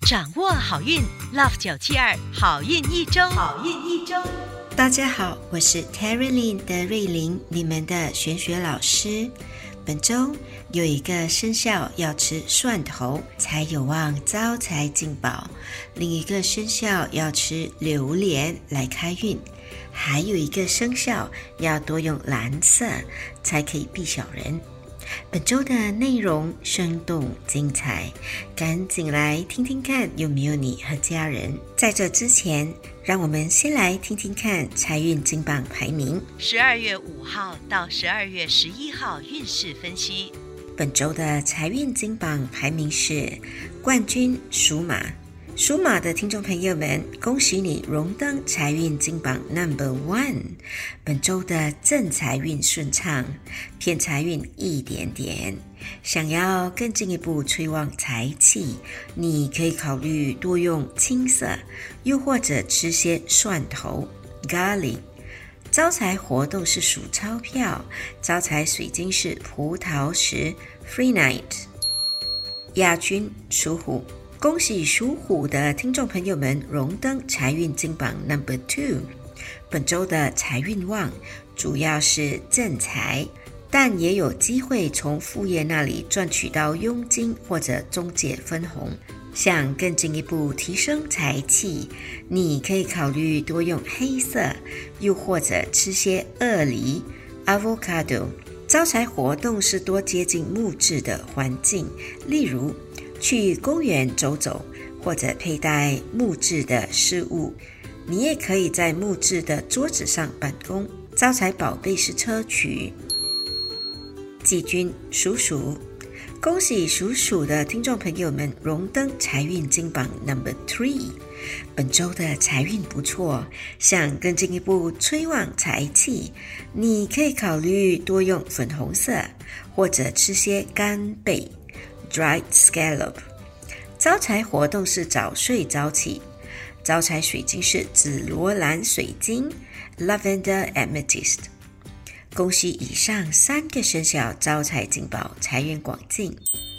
掌握好运 Love 972好运一周，好运一周。 大家好，我是 Terry Lin 的瑞琳，你们的玄学老师。本周有一个生肖要吃蒜头才有望招财进宝，另一个生肖要吃榴莲来开运，还有一个生肖要多用蓝色才可以避小人。本周的内容生动精彩，赶紧来听听看有没有你和家人。在这之前，让我们先来听听看财运金榜排名。 12月5号到12月11号运势分析。 本周的财运金榜排名是冠军属马。属马的听众朋友们，恭喜你荣登财运金榜 No.1。 本周的正财运顺畅，偏财运一点点。想要更进一步催旺财气，你可以考虑多用青色，又或者吃些蒜头 garlic。 招财活动是数钞票，招财水晶是葡萄石 Freenite。 亚军属虎。恭喜属虎的听众朋友们荣登财运金榜 No.2。 本周的财运旺，主要是正财，但也有机会从副业那里赚取到佣金或者中介分红。想更进一步提升财气，你可以考虑多用黑色，又或者吃些鳄梨 Avocado。 招财活动是多接近木质的环境，例如去公园走走，或者佩戴木质的饰物。你也可以在木质的桌子上办公。招财宝贝是砗磲。季军属鼠。恭喜属鼠的听众朋友们荣登财运金榜 No.3。 本周的财运不错，想更进一步催旺财气，你可以考虑多用粉红色，或者吃些干贝Dried Scallop。 招财活动是早睡早起。招财水晶是紫罗兰水晶 Lavender Amethyst。 恭喜以上3个生肖招财进宝，财源广进。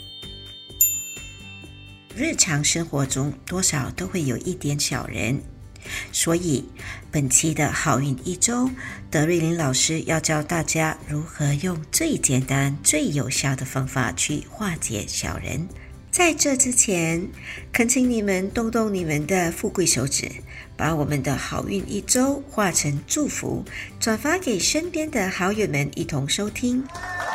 日常生活中多少都会有一点小人，所以本期的好运一周，德瑞琳老师要教大家如何用最简单最有效的方法去化解小人。在这之前，恳请你们动动你们的富贵手指，把我们的好运一周化成祝福，转发给身边的好友们一同收听。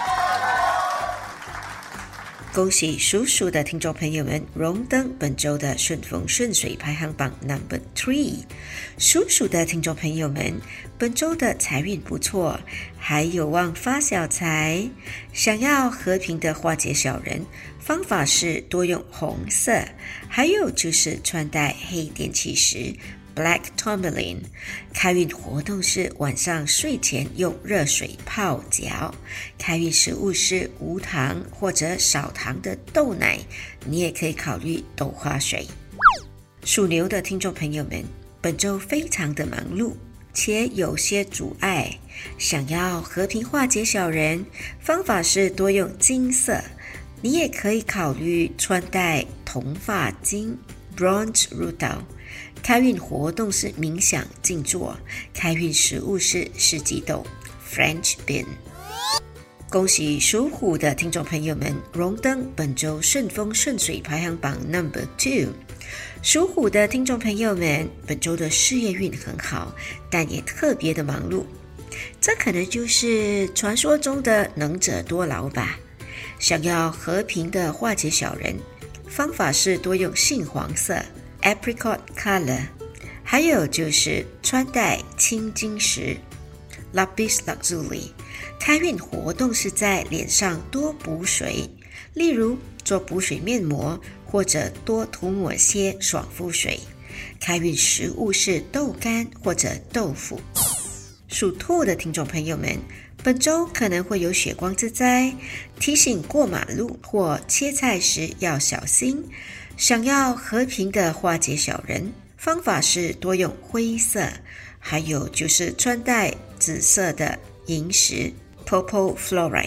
恭喜属鼠的听众朋友们荣登本周的顺风顺水排行榜 No.3。 属鼠的听众朋友们，本周的财运不错，还有望发小财。想要和平的化解小人，方法是多用红色，还有就是穿戴黑电气石 Black Tourmaline。 开运活动是晚上睡前用热水泡脚。开运食物是无糖或者少糖的豆奶，你也可以考虑豆花水。属牛的听众朋友们，本周非常的忙碌，且有些阻碍。想要和平化解小人，方法是多用金色，你也可以考虑穿戴铜发巾 Bronze Rutil。 开运活动是冥想静坐。开运食物是四季豆 French bean。 恭喜属虎的听众朋友们荣登本周顺风顺水排行榜 No.2。 属虎的听众朋友们，本周的事业运很好，但也特别的忙碌，这可能就是传说中的能者多劳吧。想要和平的化解小人，方法是多用杏黄色 Apricot Color， 还有就是穿戴青金石 Lapis Lazuli。 开运活动是在脸上多补水，例如做补水面膜，或者多涂抹些爽肤水。开运食物是豆干或者豆腐。属兔的听众朋友们，本周可能会有血光之灾，提醒过马路或切菜时要小心。想要和平的化解小人，方法是多用灰色，还有就是穿戴紫色的萤石 Purple Fluorite。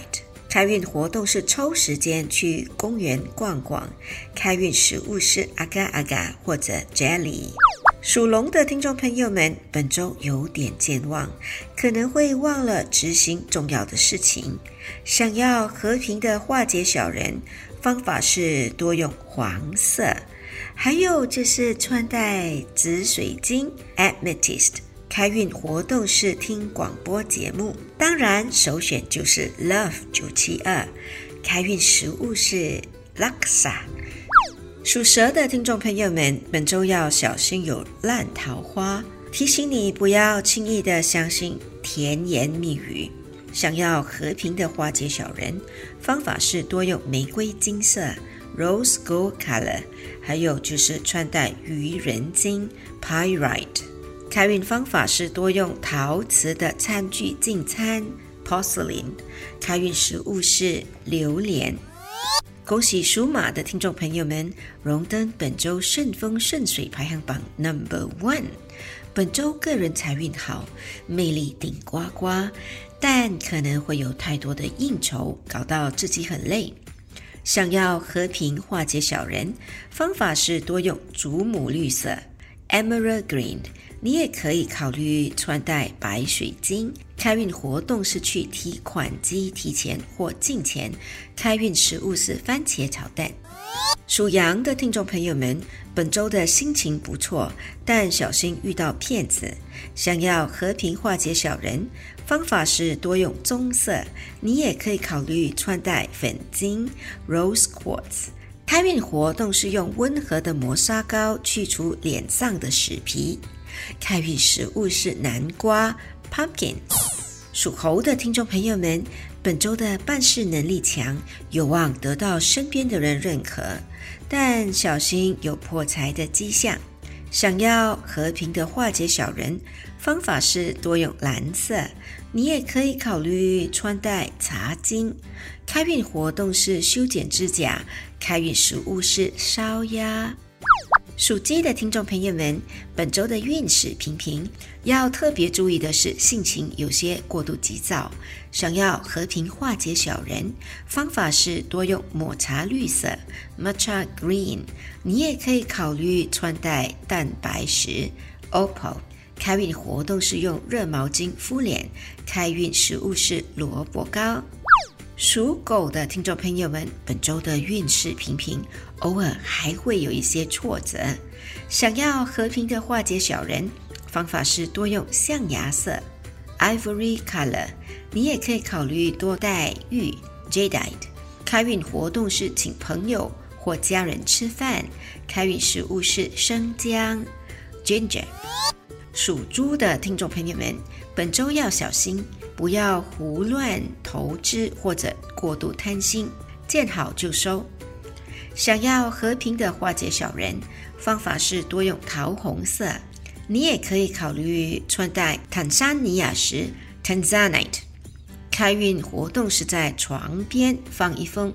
开运活动是抽时间去公园逛逛，开运食物是 agar-agar 或者 jelly。属龙的听众朋友们，本周有点健忘，可能会忘了执行重要的事情。想要和平的化解小人，方法是多用黄色，还有就是穿戴紫水晶 amethyst。开运活动是听广播节目，当然首选就是 Love 972。开运食物是 Laksa。属蛇的听众朋友们，本周要小心有烂桃花，提醒你不要轻易的相信甜言蜜语。想要和平的化解小人，方法是多用玫瑰金色 Rose Gold Color， 还有就是穿戴愚人金 Pyrite。开运方法是多用陶瓷的餐具进餐 Porcelain。开运食物是榴莲。恭喜属马的听众朋友们，荣登本周顺风顺水排行榜 No.1。本周个人财运好，魅力顶呱呱，但可能会有太多的应酬，搞到自己很累。想要和平化解小人，方法是多用祖母绿色 Emerald Green。你也可以考虑穿戴白水晶。开运活动是去提款机提钱或进钱。开运食物是番茄炒蛋。属羊的听众朋友们，本周的心情不错，但小心遇到骗子。想要和平化解小人，方法是多用棕色。你也可以考虑穿戴粉晶 Rose Quartz。开运活动是用温和的磨砂膏去除脸上的死皮。开运食物是南瓜 Pumpkin。 属猴的听众朋友们，本周的办事能力强，有望得到身边的人认可，但小心有破财的迹象。想要和平的化解小人，方法是多用蓝色。你也可以考虑穿戴茶晶。开运活动是修剪指甲。开运食物是烧鸭。属鸡的听众朋友们，本周的运势平平，要特别注意的是性情有些过度急躁。想要和平化解小人，方法是多用抹茶绿色 Matcha Green。 你也可以考虑穿戴蛋白石 Opal。 开运活动是用热毛巾敷脸。开运食物是萝卜糕。属狗的听众朋友们，本周的运势平平，偶尔还会有一些挫折。想要和平的化解小人，方法是多用象牙色 Ivory Color。 你也可以考虑多戴玉 Jadeite。 开运活动是请朋友或家人吃饭。开运食物是生姜 Ginger。 属猪的听众朋友们，本周要小心，不要胡乱投资或者过度贪心，见好就收。想要和平的化解小人，方法是多用桃红色。你也可以考虑穿戴坦桑尼亚石 Tanzanite。 开运活动是在床边放一封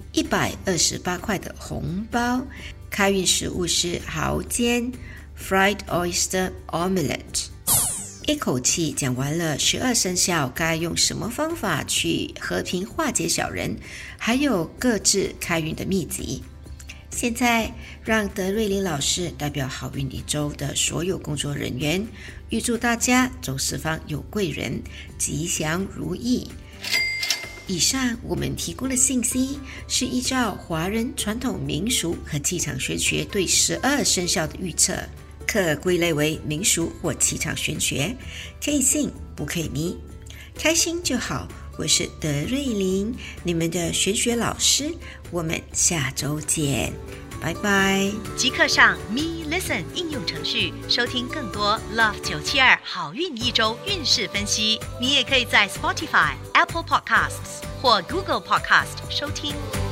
128块的红包。开运食物是蚝煎 Fried Oyster Omelette。 一口气讲完了12生肖该用什么方法去和平化解小人，还有各自开运的秘籍。现在让德瑞琳老师代表好运一周的所有工作人员，预祝大家走四方有贵人，吉祥如意。以上我们提供的信息是依照华人传统民俗和气场玄学对12生肖的预测，可归类为民俗或气场玄学，可以信不可以迷，开心就好。我是德瑞琳，你们的玄学老师，我们下周见，拜拜。 即刻上 Me Listen 应用程序收听更多 Love 972好运一周运势分析。你也可以在 Spotify、Apple Podcasts 或 Google Podcast 收听。